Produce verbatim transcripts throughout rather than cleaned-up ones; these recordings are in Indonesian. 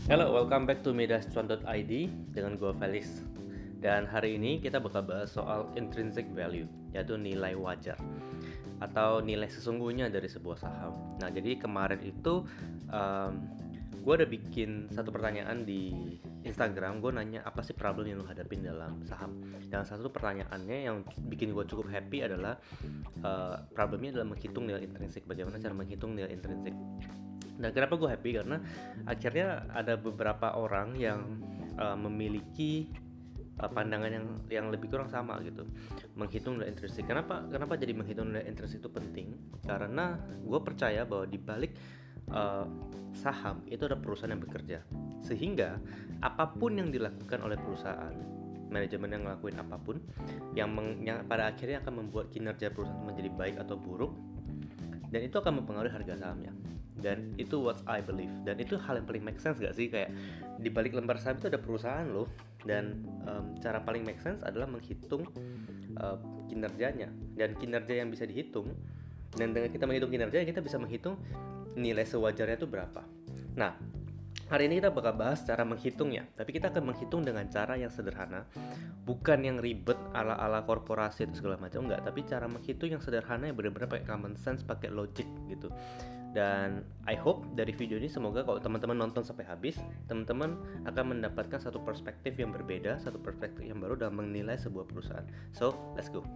Hello, welcome back to midas cuan dot i d dengan gue Felix. Dan hari ini kita bakal bahas soal intrinsic value, yaitu nilai wajar atau nilai sesungguhnya dari sebuah saham. Nah, jadi kemarin itu um, gue ada bikin satu pertanyaan di Instagram. Gue nanya apa sih problem yang lo hadapin dalam saham. Dan satu pertanyaannya yang bikin gue cukup happy adalah uh, problemnya adalah menghitung nilai intrinsik. Bagaimana cara menghitung nilai intrinsik? Dan kenapa gue happy? Karena akhirnya ada beberapa orang yang uh, memiliki uh, pandangan yang yang lebih kurang sama gitu, menghitung nilai intrinsik. Kenapa? Kenapa jadi menghitung nilai intrinsik itu penting? Karena gue percaya bahwa di balik uh, saham itu ada perusahaan yang bekerja, sehingga apapun yang dilakukan oleh perusahaan, manajemen yang ngelakuin apapun, yang, meng, yang pada akhirnya akan membuat kinerja perusahaan menjadi baik atau buruk, dan itu akan mempengaruhi harga sahamnya. Dan itu what I believe, dan itu hal yang paling make sense gak sih? Kayak di balik lembar saham itu ada perusahaan loh, dan um, cara paling make sense adalah menghitung uh, kinerjanya, dan kinerja yang bisa dihitung, dan dengan kita menghitung kinerja kita bisa menghitung nilai sewajarnya itu berapa. Nah, hari ini kita bakal bahas cara menghitungnya, tapi kita akan menghitung dengan cara yang sederhana, bukan yang ribet ala-ala korporasi atau segala macam, enggak, tapi cara menghitung yang sederhana yang benar-benar pakai common sense, pakai logic gitu. Dan I hope dari video ini semoga kalau teman-teman nonton sampai habis, teman-teman akan mendapatkan satu perspektif yang berbeda, satu perspektif yang baru dalam menilai sebuah perusahaan. So, let's go.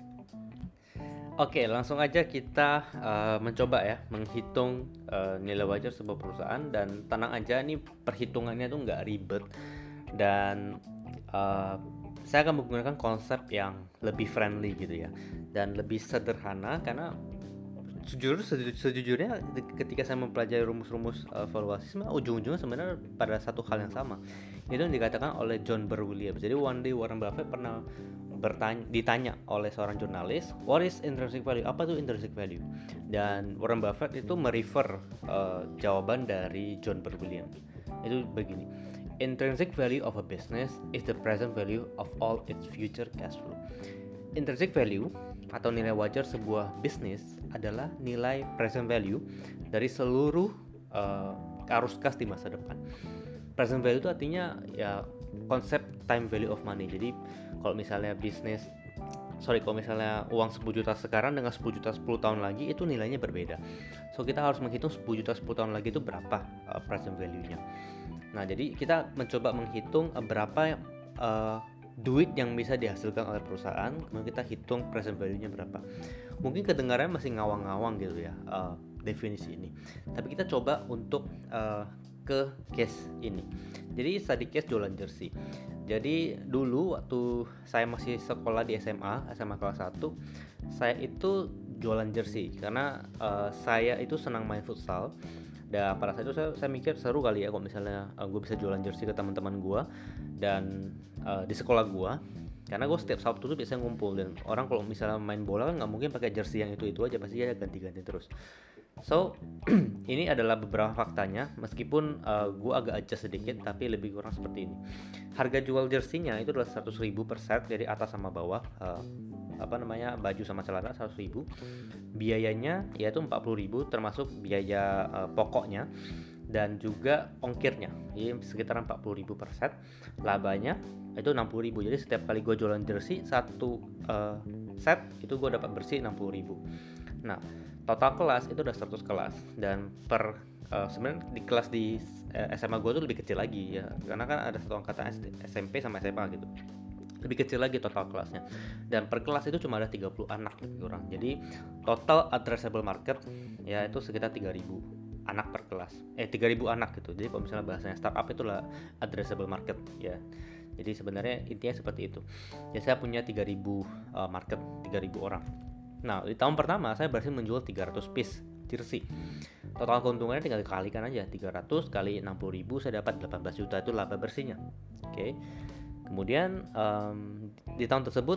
Oke, langsung aja kita uh, mencoba ya menghitung uh, nilai wajar sebuah perusahaan, dan tenang aja, nih perhitungannya tuh nggak ribet, dan uh, saya akan menggunakan konsep yang lebih friendly gitu ya, dan lebih sederhana. Karena Sejujur, sejujurnya ketika saya mempelajari rumus-rumus uh, valuasi, sebenarnya ujung-ujungnya sebenarnya pada satu hal yang sama. Itu yang dikatakan oleh John Burr Williams. Jadi one day Warren Buffett pernah bertanya, ditanya oleh seorang jurnalis, what is intrinsic value? Apa itu intrinsic value? Dan Warren Buffett itu merefer uh, jawaban dari John Burr Williams. Itu begini: intrinsic value of a business is the present value of all its future cash flow. Intrinsic value atau nilai wajar sebuah bisnis adalah nilai present value dari seluruh uh, arus kas di masa depan. Present value itu artinya ya konsep time value of money. Jadi kalau misalnya bisnis sorry kalau misalnya uang sepuluh juta sekarang dengan sepuluh juta sepuluh tahun lagi, itu nilainya berbeda. So kita harus menghitung sepuluh juta sepuluh tahun lagi itu berapa uh, present value-nya. Nah, jadi kita mencoba menghitung uh, berapa uh, duit yang bisa dihasilkan oleh perusahaan, kemudian kita hitung present value-nya berapa. Mungkin kedengarannya masih ngawang-ngawang gitu ya uh, definisi ini, tapi kita coba untuk uh, ke case ini. Jadi study case jualan jersey. Jadi dulu waktu saya masih sekolah di S M A, S M A kelas satu, saya itu jualan jersey karena uh, saya itu senang main futsal. Dan pada saat itu saya, saya mikir seru kali ya kalau misalnya uh, gue bisa jualan jersey ke teman-teman gue dan uh, di sekolah gue, karena gue setiap Sabtu tuh biasanya ngumpul, dan orang kalau misalnya main bola kan nggak mungkin pakai jersey yang itu itu aja, pasti ya ganti-ganti terus. So ini adalah beberapa faktanya, meskipun uh, gue agak adjust sedikit, tapi lebih kurang seperti ini. Harga jual jersey-nya itu adalah seratus ribu per set, jadi atas sama bawah, uh, apa namanya baju sama celana seratus ribu. Biayanya yaitu empat puluh ribu termasuk biaya uh, pokoknya dan juga ongkirnya, jadi sekitar empat puluh ribu per set. Labanya itu enam puluh ribu, jadi setiap kali gue jualan jersey satu uh, set itu gue dapat bersih enam puluh ribu. Nah, total kelas itu udah seratus kelas, dan per uh, sebenarnya di kelas di uh, S M A gue tuh lebih kecil lagi ya, karena kan ada satu angkatan S M P sama S M A gitu, lebih kecil lagi total kelasnya, dan per kelas itu cuma ada tiga puluh anak lebih kurang. Jadi total addressable market ya itu sekitar tiga ribu anak per kelas, eh tiga ribu anak gitu. Jadi kalau misalnya bahasanya startup itulah addressable market ya. Jadi sebenarnya intinya seperti itu ya. Saya punya tiga ribu uh, market, tiga ribu orang. Nah, di tahun pertama saya berhasil menjual tiga ratus piece jersey. Total keuntungannya tinggal dikalikan aja, tiga ratus kali enam puluh ribu, saya dapat delapan belas juta, itu laba bersihnya. Oke. Okay. Kemudian um, di tahun tersebut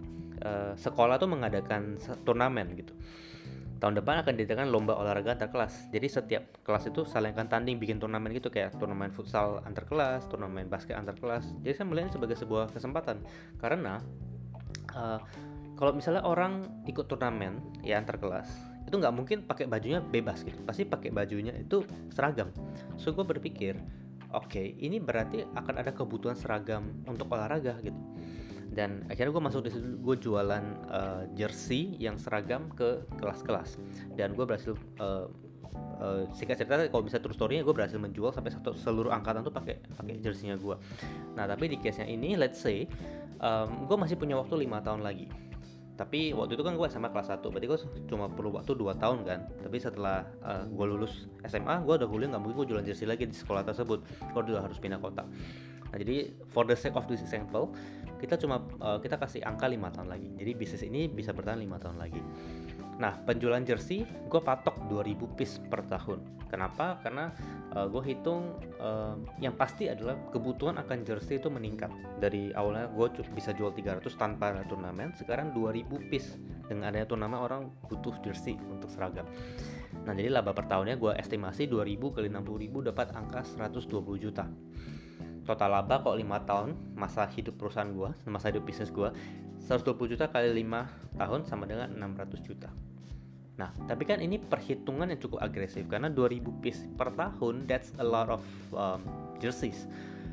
uh, sekolah tuh mengadakan turnamen gitu. Tahun depan akan diadakan lomba olahraga antar kelas. Jadi setiap kelas itu saling akan tanding bikin turnamen gitu, kayak turnamen futsal antar kelas, turnamen basket antar kelas. Jadi saya melihatnya sebagai sebuah kesempatan, karena uh, kalau misalnya orang ikut turnamen ya antar kelas, itu nggak mungkin pakai bajunya bebas gitu, pasti pakai bajunya itu seragam. So gue berpikir oke, ini berarti akan ada kebutuhan seragam untuk olahraga gitu. Dan akhirnya gue masuk di situ, gue jualan uh, jersey yang seragam ke kelas-kelas, dan gue berhasil uh, uh, singkat cerita kalau bisa true story-nya, gue berhasil menjual sampai satu seluruh angkatan tuh pakai pakai jersey-nya gue. Nah tapi di case-nya ini, let's say um, gue masih punya waktu lima tahun lagi. Tapi waktu itu kan gue S M A kelas satu, berarti gue cuma perlu waktu dua tahun kan. Tapi setelah uh, gue lulus S M A, gue udah kuliah, gak mungkin gue jualan jersey lagi di sekolah tersebut, gue udah harus pindah kota. Nah jadi for the sake of this example, kita cuma uh, kita kasih angka lima tahun lagi. Jadi bisnis ini bisa bertahan lima tahun lagi. Nah penjualan jersey gue patok dua ribu piece per tahun. Kenapa? Karena uh, gue hitung uh, yang pasti adalah kebutuhan akan jersey itu meningkat. Dari awalnya gue bisa jual tiga ratus tanpa ada turnamen, sekarang dua ribu piece. Dengan adanya turnamen orang butuh jersey untuk seragam. Nah jadi laba per tahunnya gue estimasi dua ribu kali enam puluh ribu dapat angka seratus dua puluh juta. Total laba kok lima tahun masa hidup perusahaan gue, masa hidup bisnis gue, seratus dua puluh juta kali lima tahun sama dengan enam ratus juta. Nah, tapi kan ini perhitungan yang cukup agresif karena dua ribu piece per tahun, that's a lot of um, jerseys.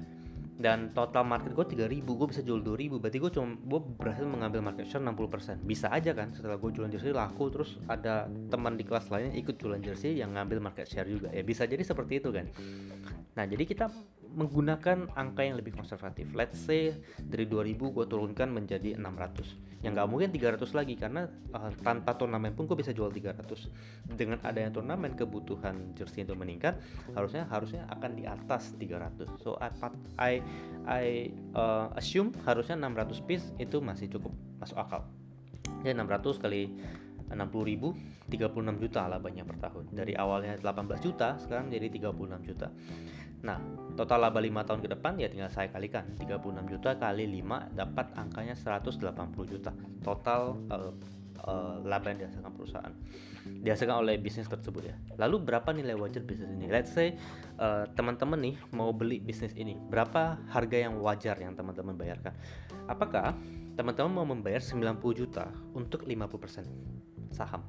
Dan total market gue tiga ribu, gue bisa jual dua ribu, berarti gue cuma gue berhasil mengambil market share enam puluh persen. Bisa aja kan setelah gue jualan jersey laku, terus ada teman di kelas lainnya ikut jualan jersey yang ngambil market share juga. Ya bisa jadi seperti itu kan. Nah, jadi kita menggunakan angka yang lebih konservatif. Let's say dari dua ribu gue turunkan menjadi enam ratus. Yang nggak mungkin tiga ratus lagi karena uh, tanpa turnamen pun gue bisa jual tiga ratus. Dengan adanya turnamen, kebutuhan jersey itu meningkat, harusnya harusnya akan di atas tiga ratus. So I I, I uh, assume harusnya enam ratus piece itu masih cukup masuk akal. Jadi enam ratus kali enam puluh ribu, tiga puluh enam juta labanya per tahun. Dari awalnya delapan belas juta, sekarang jadi tiga puluh enam juta. Nah, total laba lima tahun ke depan ya tinggal saya kalikan, tiga puluh enam juta kali lima dapat angkanya seratus delapan puluh juta. Total uh, uh, laba yang dihasilkan perusahaan, dihasilkan oleh bisnis tersebut ya. Lalu berapa nilai wajar bisnis ini? Let's say uh, teman-teman nih mau beli bisnis ini, berapa harga yang wajar yang teman-teman bayarkan? Apakah teman-teman mau membayar sembilan puluh juta untuk lima puluh persen saham?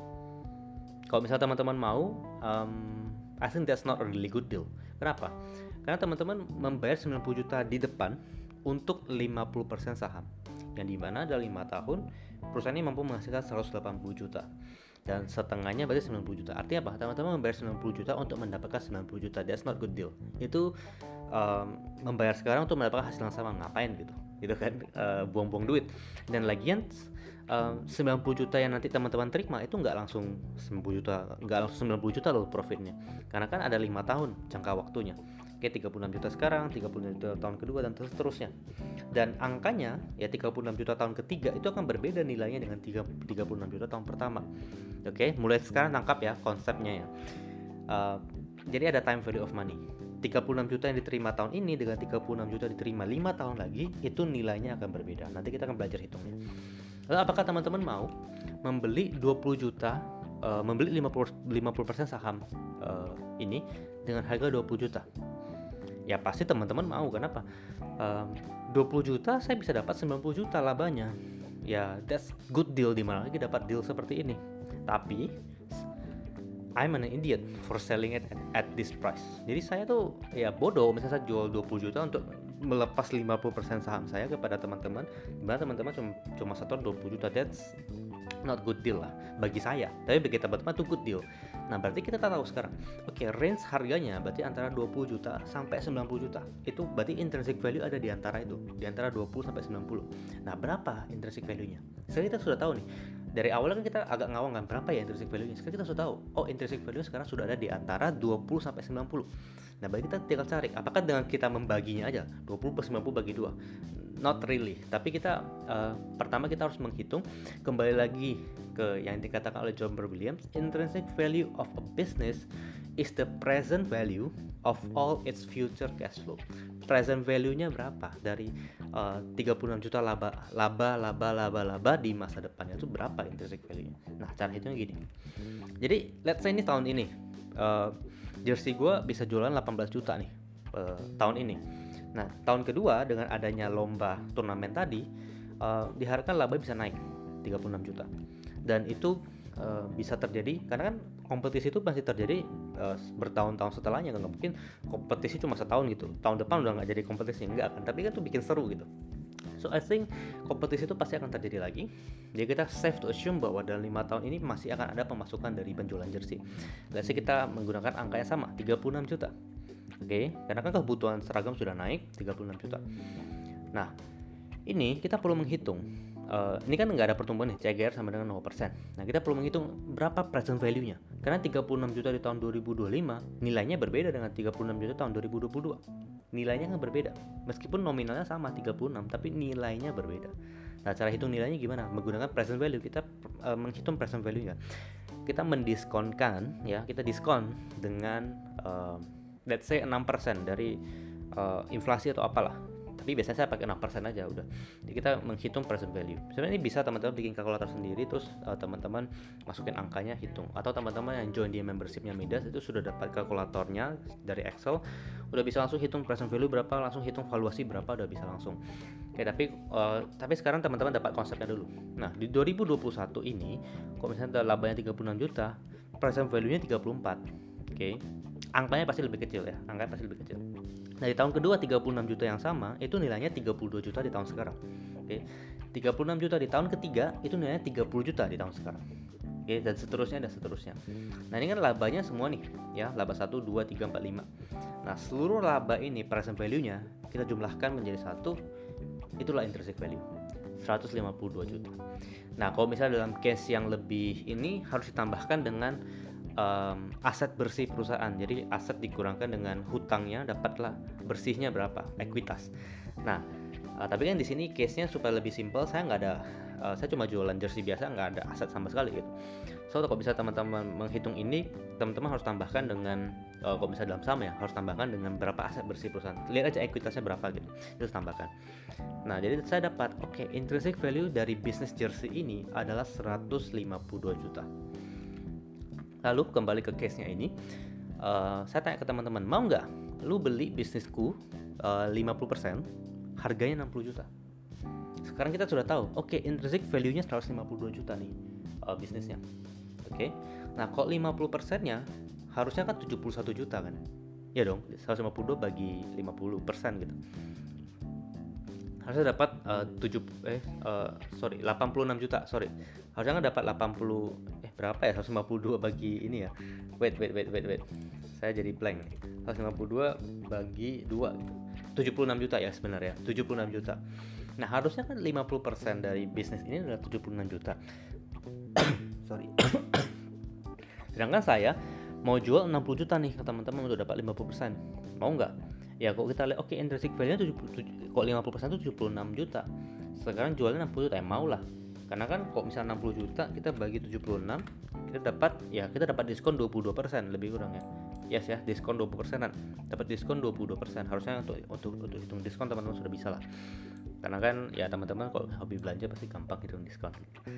Kalau misalnya teman-teman mau, um, I think that's not a really good deal. Kenapa? Karena teman-teman membayar sembilan puluh juta di depan untuk lima puluh persen saham, yang dimana dalam lima tahun perusahaan ini mampu menghasilkan seratus delapan puluh juta, dan setengahnya berarti sembilan puluh juta. Artinya apa? Teman-teman membayar sembilan puluh juta untuk mendapatkan sembilan puluh juta. That's not good deal. Itu um, membayar sekarang untuk mendapatkan hasil yang sama, ngapain gitu gitu kan, uh, buang-buang duit. Dan lagian uh, sembilan puluh juta yang nanti teman-teman terima itu nggak langsung sembilan puluh juta, nggak langsung sembilan puluh juta loh profitnya, karena kan ada lima tahun jangka waktunya. Oke, tiga puluh enam juta sekarang, tiga puluh enam juta tahun kedua, dan seterusnya. Dan angkanya ya tiga puluh enam juta tahun ketiga itu akan berbeda nilainya dengan tiga puluh enam juta tahun pertama. Oke, mulai sekarang tangkap ya konsepnya ya. Uh, jadi ada time value of money. tiga puluh enam juta yang diterima tahun ini dengan tiga puluh enam juta diterima lima tahun lagi, itu nilainya akan berbeda. Nanti kita akan belajar hitungnya. Lalu apakah teman-teman mau membeli dua puluh juta, uh, membeli lima puluh persen saham uh, ini dengan harga dua puluh juta? Ya pasti teman-teman mau. Kenapa? Um, dua puluh juta saya bisa dapat sembilan puluh juta labanya. Ya that's good deal, dimana lagi dapat deal seperti ini. Tapi I'm an idiot for selling it at, at this price. Jadi saya tuh ya bodoh misalnya saya jual dua puluh juta untuk melepas lima puluh persen saham saya kepada teman-teman, dimana teman-teman cuma, cuma setor dua puluh juta. That's not good deal lah bagi saya, tapi bagi teman-teman itu good deal. Nah berarti kita tahu sekarang, oke okay, range harganya berarti antara dua puluh juta sampai sembilan puluh juta. Itu berarti intrinsic value ada di antara itu, di antara dua puluh sampai sembilan puluh. Nah berapa intrinsic value-nya? Sekarang kita sudah tahu nih. Dari awalnya kan kita agak ngawang kan, berapa ya intrinsic value-nya? Sekarang kita sudah tahu, oh intrinsic value sekarang sudah ada di antara dua puluh sampai sembilan puluh. Nah berarti kita tinggal cari, apakah dengan kita membaginya aja dua puluh plus sembilan puluh bagi dua? Not really, tapi kita uh, pertama kita harus menghitung, kembali lagi ke yang dikatakan oleh John Berg Williams, intrinsic value of a business is the present value of all its future cash flow. Present value-nya berapa dari uh, tiga puluh enam juta laba laba laba laba laba di masa depannya, itu berapa intrinsic value-nya. Nah cara hitungnya gini. Jadi let's say ini tahun ini uh, jersey gue bisa jualan delapan belas juta nih uh, tahun ini. Nah tahun kedua dengan adanya lomba turnamen tadi, uh, diharapkan laba bisa naik tiga puluh enam juta. Dan itu uh, bisa terjadi karena kan kompetisi itu masih terjadi uh, bertahun-tahun setelahnya. Nggak mungkin kompetisi cuma setahun gitu, tahun depan udah nggak jadi kompetisi, enggak kan, tapi kan tuh bikin seru gitu. So I think kompetisi itu pasti akan terjadi lagi. Jadi kita safe to assume bahwa dalam lima tahun ini masih akan ada pemasukan dari penjualan jersey. Let's say kita menggunakan angka yang sama, tiga puluh enam juta. Oke, okay? Karena kan kebutuhan seragam sudah naik tiga puluh enam juta. Nah, ini kita perlu menghitung. Uh, ini kan nggak ada pertumbuhan nih, C A G R sama dengan nol persen. Nah, kita perlu menghitung berapa present value-nya. Karena tiga puluh enam juta di tahun dua ribu dua puluh lima nilainya berbeda dengan tiga puluh enam juta tahun dua ribu dua puluh dua. Nilainya kan berbeda. Meskipun nominalnya sama tiga puluh enam, tapi nilainya berbeda. Nah, cara hitung nilainya gimana? Menggunakan present value. Kita uh, menghitung present value-nya. Kita mendiskonkan, ya, kita diskon dengan uh, let's say enam persen dari uh, inflasi atau apalah. Tapi biasanya saya pakai enam persen aja udah. Jadi kita menghitung present value. Sebenarnya ini bisa teman-teman bikin kalkulator sendiri, terus uh, teman-teman masukin angkanya, hitung. Atau teman-teman yang join di membershipnya Midas itu sudah dapat kalkulatornya dari Excel, udah bisa langsung hitung present value berapa, langsung hitung valuasi berapa, udah bisa langsung. Oke, tapi uh, tapi sekarang teman-teman dapat konsepnya dulu. Nah, di dua ribu dua puluh satu ini, kalau misalnya labanya tiga puluh enam juta, present value-nya tiga puluh empat. Oke. Angkanya pasti lebih kecil ya, angkanya pasti lebih kecil. Nah, di tahun kedua tiga puluh enam juta yang sama, itu nilainya tiga puluh dua juta di tahun sekarang. Oke. tiga puluh enam juta di tahun ketiga, itu nilainya tiga puluh juta di tahun sekarang. Oke, dan seterusnya dan seterusnya. Nah, ini kan labanya semua nih, ya, laba satu, dua, tiga, empat, lima. Nah, seluruh laba ini present value-nya kita jumlahkan menjadi satu, itulah intrinsic value. seratus lima puluh dua juta. Nah, kalau misalnya dalam case yang lebih ini harus ditambahkan dengan Um, aset bersih perusahaan. Jadi aset dikurangkan dengan hutangnya, dapatlah bersihnya berapa, ekuitas. Nah, uh, tapi kan di sini case-nya supaya lebih simple, saya nggak ada, uh, saya cuma jualan jersey biasa, nggak ada aset sama sekali gitu. So kalau bisa teman-teman menghitung ini, teman-teman harus tambahkan dengan, uh, kalau bisa dalam saham ya, harus tambahkan dengan berapa aset bersih perusahaan. Lihat aja ekuitasnya berapa gitu, terus tambahkan. Nah, jadi saya dapat, oke, okay, intrinsic value dari bisnis jersey ini adalah seratus lima puluh dua juta. Lalu kembali ke case-nya ini, uh, saya tanya ke teman-teman, mau nggak lu beli bisnisku uh, lima puluh persen, harganya enam puluh juta. Sekarang kita sudah tahu, oke, okay, intrinsic value-nya seratus lima puluh dua juta nih uh, bisnisnya. Oke, okay? Nah kok lima puluh persen-nya harusnya kan tujuh puluh satu juta kan? Ya dong, seratus lima puluh dua bagi lima puluh persen gitu. Harusnya dapat uh, tujuh eh uh, sorry delapan puluh enam juta, sorry. Harusnya kan dapat delapan puluh eh berapa ya? seratus lima puluh dua bagi ini ya. Wait wait wait wait wait. Saya jadi blank. seratus lima puluh dua bagi dua gitu. tujuh puluh enam juta ya sebenarnya, tujuh puluh enam juta. Nah, harusnya kan lima puluh persen dari bisnis ini adalah tujuh puluh enam juta. Sorry. Sedangkan saya mau jual enam puluh juta nih ke teman-teman untuk dapat lima puluh persen. Mau nggak? Ya kok kita lihat, oke, okay, intrinsic value-nya tujuh puluh, kok lima puluh persen itu tujuh puluh enam juta. Sekarang jualnya enam puluh juta, ya mau lah. Karena kan kok misalnya enam puluh juta kita bagi tujuh puluh enam, kita dapat ya kita dapat diskon dua puluh dua persen lebih kurang ya. Yes ya, diskon dua puluh persenan. Dapat diskon dua puluh dua persen. Harusnya untuk untuk untuk hitung diskon teman-teman sudah bisa lah. Karena kan ya teman-teman kalau hobi belanja pasti gampang hitung diskon.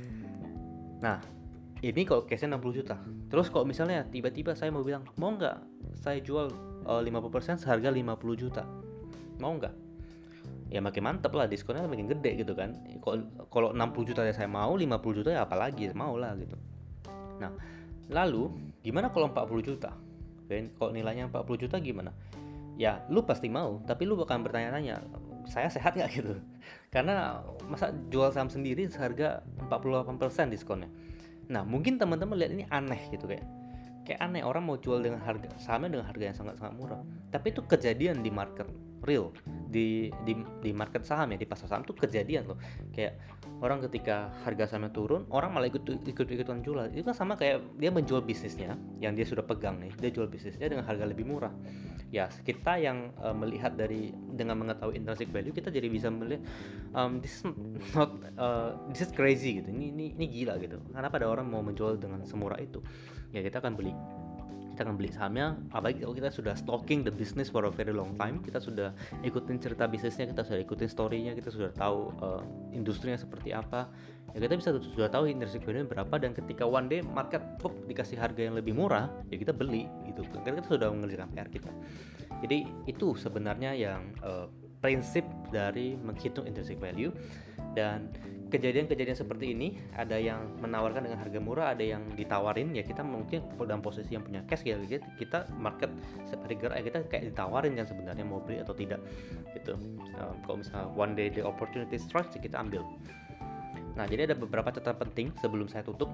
Nah, ini kalau case-nya enam puluh juta. Terus kalau misalnya tiba-tiba saya mau bilang, mau nggak saya jual uh, lima puluh persen seharga lima puluh juta, mau nggak? Ya makin mantep lah, diskonnya makin gede gitu kan. Kalau enam puluh juta ya saya mau, lima puluh juta ya apalagi mau lah gitu. Nah, lalu gimana kalau empat puluh juta? Kalau nilainya empat puluh juta gimana? Ya lu pasti mau, tapi lu bakal bertanya-tanya, saya sehat nggak gitu? Karena masa jual saham sendiri seharga empat puluh delapan persen diskonnya. Nah, mungkin teman-teman lihat ini aneh gitu, kayak kayak aneh orang mau jual dengan harga sahamnya dengan harga yang sangat-sangat murah. Tapi itu kejadian di market real, di di di market saham ya, di pasar saham tuh kejadian loh. Kayak orang ketika harga sahamnya turun, orang malah ikut ikut ikutan jual. Itu kan sama kayak dia menjual bisnisnya yang dia sudah pegang nih, dia jual bisnisnya dengan harga lebih murah. Ya, kita yang uh, melihat dari dengan mengetahui intrinsic value, kita jadi bisa melihat um, this is not uh, this is crazy gitu. Ini ini ini gila gitu. Kenapa ada orang mau menjual dengan semurah itu? Ya kita akan beli. Kita akan beli sahamnya, apalagi kalau kita sudah stalking the business for a very long time, kita sudah ikutin cerita bisnisnya, kita sudah ikutin story-nya, kita sudah tahu uh, industrinya seperti apa, ya kita bisa sudah tahu intrinsic value berapa, dan ketika one day market pop dikasih harga yang lebih murah, ya kita beli gitu, karena kita sudah mengerjakan P R kita. Jadi itu sebenarnya yang uh, prinsip dari menghitung intrinsic value. Dan kejadian-kejadian seperti ini, ada yang menawarkan dengan harga murah, ada yang ditawarin, ya kita mungkin dalam posisi yang punya cash, ya kita market trigger, ya kita kayak ditawarin kan sebenarnya mau beli atau tidak gitu. Uh, kalau misalnya one day the opportunity strikes, ya kita ambil. Nah, jadi ada beberapa catatan penting sebelum saya tutup.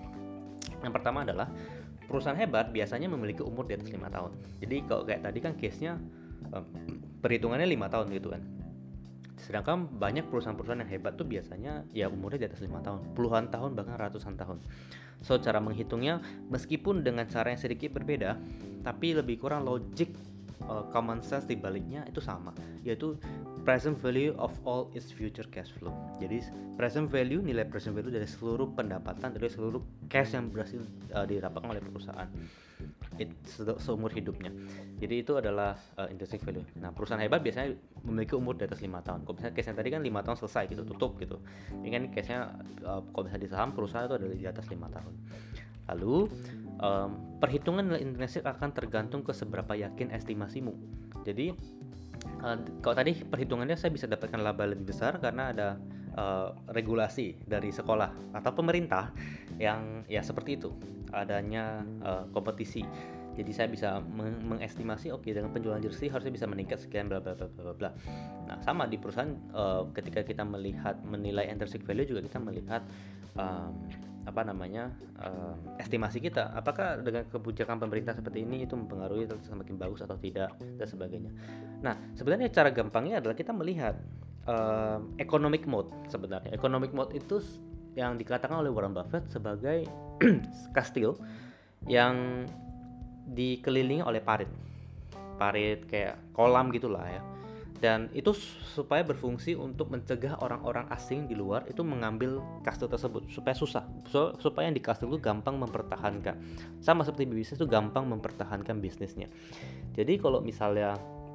Yang pertama adalah perusahaan hebat biasanya memiliki umur di atas lima tahun. Jadi kalau kayak tadi kan case-nya um, perhitungannya lima tahun gitu kan. Sedangkan banyak perusahaan-perusahaan yang hebat tuh biasanya ya umurnya di atas lima tahun, puluhan tahun, bahkan ratusan tahun. So, cara menghitungnya meskipun dengan cara yang sedikit berbeda, tapi lebih kurang logik, uh, common sense di baliknya itu sama, yaitu present value of all its future cash flow. Jadi present value, nilai present value dari seluruh pendapatan, dari seluruh cash yang berhasil uh, didapatkan oleh perusahaan It, seumur hidupnya. Jadi itu adalah uh, intrinsic value. Nah, perusahaan hebat biasanya memiliki umur di atas lima tahun. Kalau misalnya case-nya tadi kan lima tahun selesai gitu, tutup gitu. Ini kan case-nya uh, kalau misalnya di saham perusahaan itu adalah di atas lima tahun. Lalu um, perhitungan nilai intrinsik akan tergantung ke seberapa yakin estimasimu. Jadi uh, kalau tadi perhitungannya saya bisa dapatkan laba lebih besar karena ada uh, regulasi dari sekolah atau pemerintah yang ya seperti itu, adanya uh, kompetisi. Jadi saya bisa meng- mengestimasi oke okay, dengan penjualan jersey harusnya bisa meningkat sekian bla bla bla bla bla. Nah, sama di perusahaan uh, ketika kita melihat menilai intrinsic value juga kita melihat um, apa namanya um, estimasi kita, apakah dengan kebijakan pemerintah seperti ini itu mempengaruhi semakin bagus atau tidak dan sebagainya. Nah, sebenarnya cara gampangnya adalah kita melihat um, economic mode. Sebenarnya economic mode itu yang dikatakan oleh Warren Buffett sebagai kastil yang dikelilingi oleh parit, parit kayak kolam gitulah ya. Dan itu supaya berfungsi untuk mencegah orang-orang asing di luar itu mengambil kastil tersebut supaya susah, so, supaya yang di kastil itu gampang mempertahankan. Sama seperti bisnis itu gampang mempertahankan bisnisnya. Jadi kalau misalnya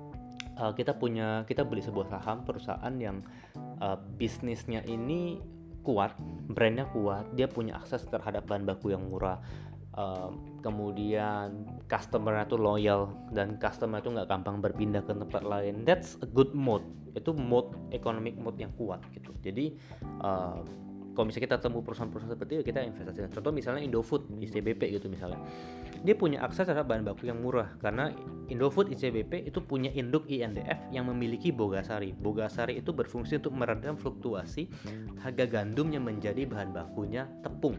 uh, kita punya kita beli sebuah saham perusahaan yang uh, bisnisnya ini kuat, brandnya kuat, dia punya akses terhadap bahan baku yang murah, uh, kemudian customer-nya tuh loyal dan customer itu nggak gampang berpindah ke tempat lain. That's a good mode. Itu mode economic mode yang kuat gitu. Jadi uh, kalau misalnya kita temu perusahaan-perusahaan seperti itu, kita investasi. Contoh misalnya Indofood, I C B P gitu misalnya. Dia punya akses terhadap bahan baku yang murah karena Indofood, I C B P itu punya induk I N D F yang memiliki Bogasari. Bogasari itu berfungsi untuk meredam fluktuasi harga gandum yang menjadi bahan bakunya tepung.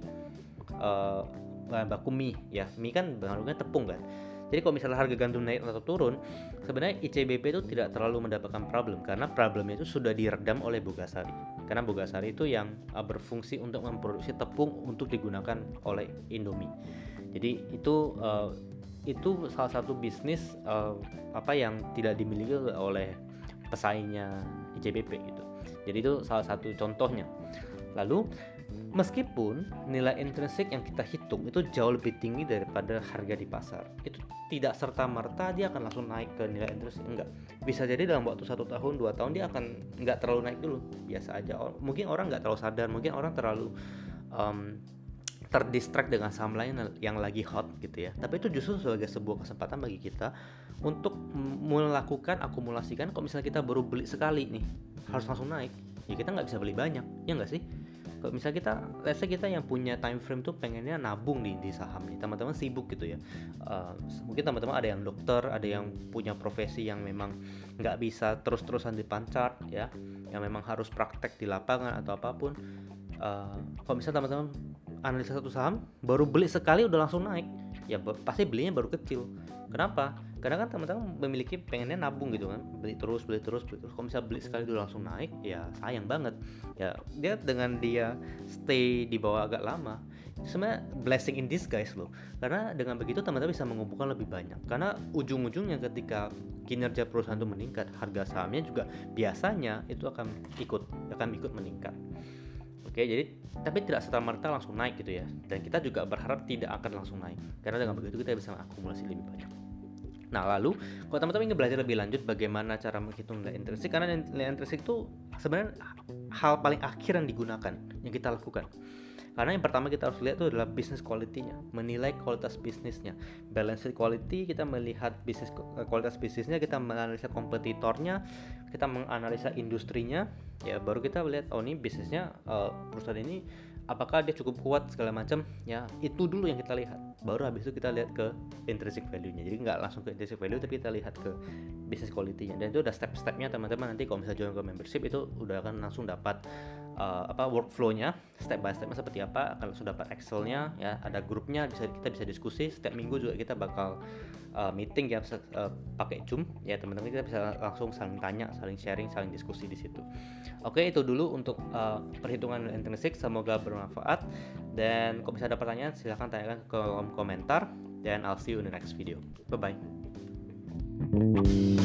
Uh, bahan baku mie ya, mie kan bahan bakunya tepung kan. Jadi kalau misalnya harga gandum naik atau turun, sebenarnya I C B P itu tidak terlalu mendapatkan problem karena problemnya itu sudah diredam oleh Bogasari. Karena Bogasari itu yang uh, berfungsi untuk memproduksi tepung untuk digunakan oleh Indomie. Jadi itu uh, itu salah satu bisnis uh, apa yang tidak dimiliki oleh pesaingnya I C B P gitu. Jadi itu salah satu contohnya. Lalu meskipun nilai intrinsik yang kita hitung itu jauh lebih tinggi daripada harga di pasar, itu tidak serta-merta dia akan langsung naik ke nilai intrinsik, enggak. Bisa jadi dalam waktu satu tahun, dua tahun dia akan enggak terlalu naik dulu, biasa aja. Mungkin orang enggak terlalu sadar, mungkin orang terlalu um, terdistract dengan saham lain yang lagi hot gitu ya. Tapi itu justru sebagai sebuah kesempatan bagi kita untuk melakukan akumulasikan. Kalau misalnya kita baru beli sekali nih, harus langsung naik, ya kita nggak bisa beli banyak, ya nggak sih? Kalau misalnya kita, let's say kita yang punya time frame tuh pengennya nabung nih di saham nih, teman-teman sibuk gitu ya. Uh, mungkin teman-teman ada yang dokter, ada yang punya profesi yang memang nggak bisa terus-terusan dipancar ya, yang memang harus praktek di lapangan atau apapun. Uh, kalau misalnya teman-teman analisa satu saham, baru beli sekali udah langsung naik, ya pasti belinya baru kecil. Kenapa? Karena kan teman-teman memiliki pengennya nabung gitu kan, beli terus, beli terus, beli terus. Kalau misalnya beli sekali udah langsung naik, ya sayang banget. Ya dia dengan dia stay di bawah agak lama, sebenarnya blessing in disguise loh. Karena dengan begitu teman-teman bisa mengumpulkan lebih banyak. Karena ujung-ujungnya ketika kinerja perusahaan itu meningkat, harga sahamnya juga biasanya itu akan ikut, akan ikut meningkat. Oke, jadi tapi tidak serta-merta langsung naik gitu ya. Dan kita juga berharap tidak akan langsung naik. Karena dengan begitu kita bisa mengakumulasi lebih banyak. Nah, lalu kalau teman-teman ingin belajar lebih lanjut bagaimana cara menghitung nilai intrinsik, karena nilai intrinsik itu sebenarnya hal paling akhir yang digunakan, yang kita lakukan. Karena yang pertama kita harus lihat itu adalah business quality-nya, menilai kualitas bisnisnya. Balance quality, kita melihat bisnis kualitas bisnisnya, kita menganalisa kompetitornya, kita menganalisa industrinya, ya baru kita lihat oh ini bisnisnya uh, perusahaan ini apakah dia cukup kuat segala macam, ya itu dulu yang kita lihat. Baru habis itu kita lihat ke intrinsic value-nya. Jadi nggak langsung ke intrinsic value, tapi kita lihat ke business quality-nya. Dan itu udah step-stepnya teman-teman, nanti kalau misalnya join ke membership itu udah akan langsung dapat uh, apa workflow-nya, step by step-nya seperti apa, akan langsung dapat Excel-nya, ya ada grupnya, bisa kita bisa diskusi. Setiap minggu juga kita bakal uh, meeting ya, uh, pakai Zoom ya teman-teman, kita bisa langsung saling tanya, saling sharing, saling diskusi di situ. Oke, itu dulu untuk uh, perhitungan intrinsik, semoga bermanfaat. Dan kalau bisa ada pertanyaan silahkan tanyakan ke kolom komentar, dan I'll see you in the next video. Bye bye.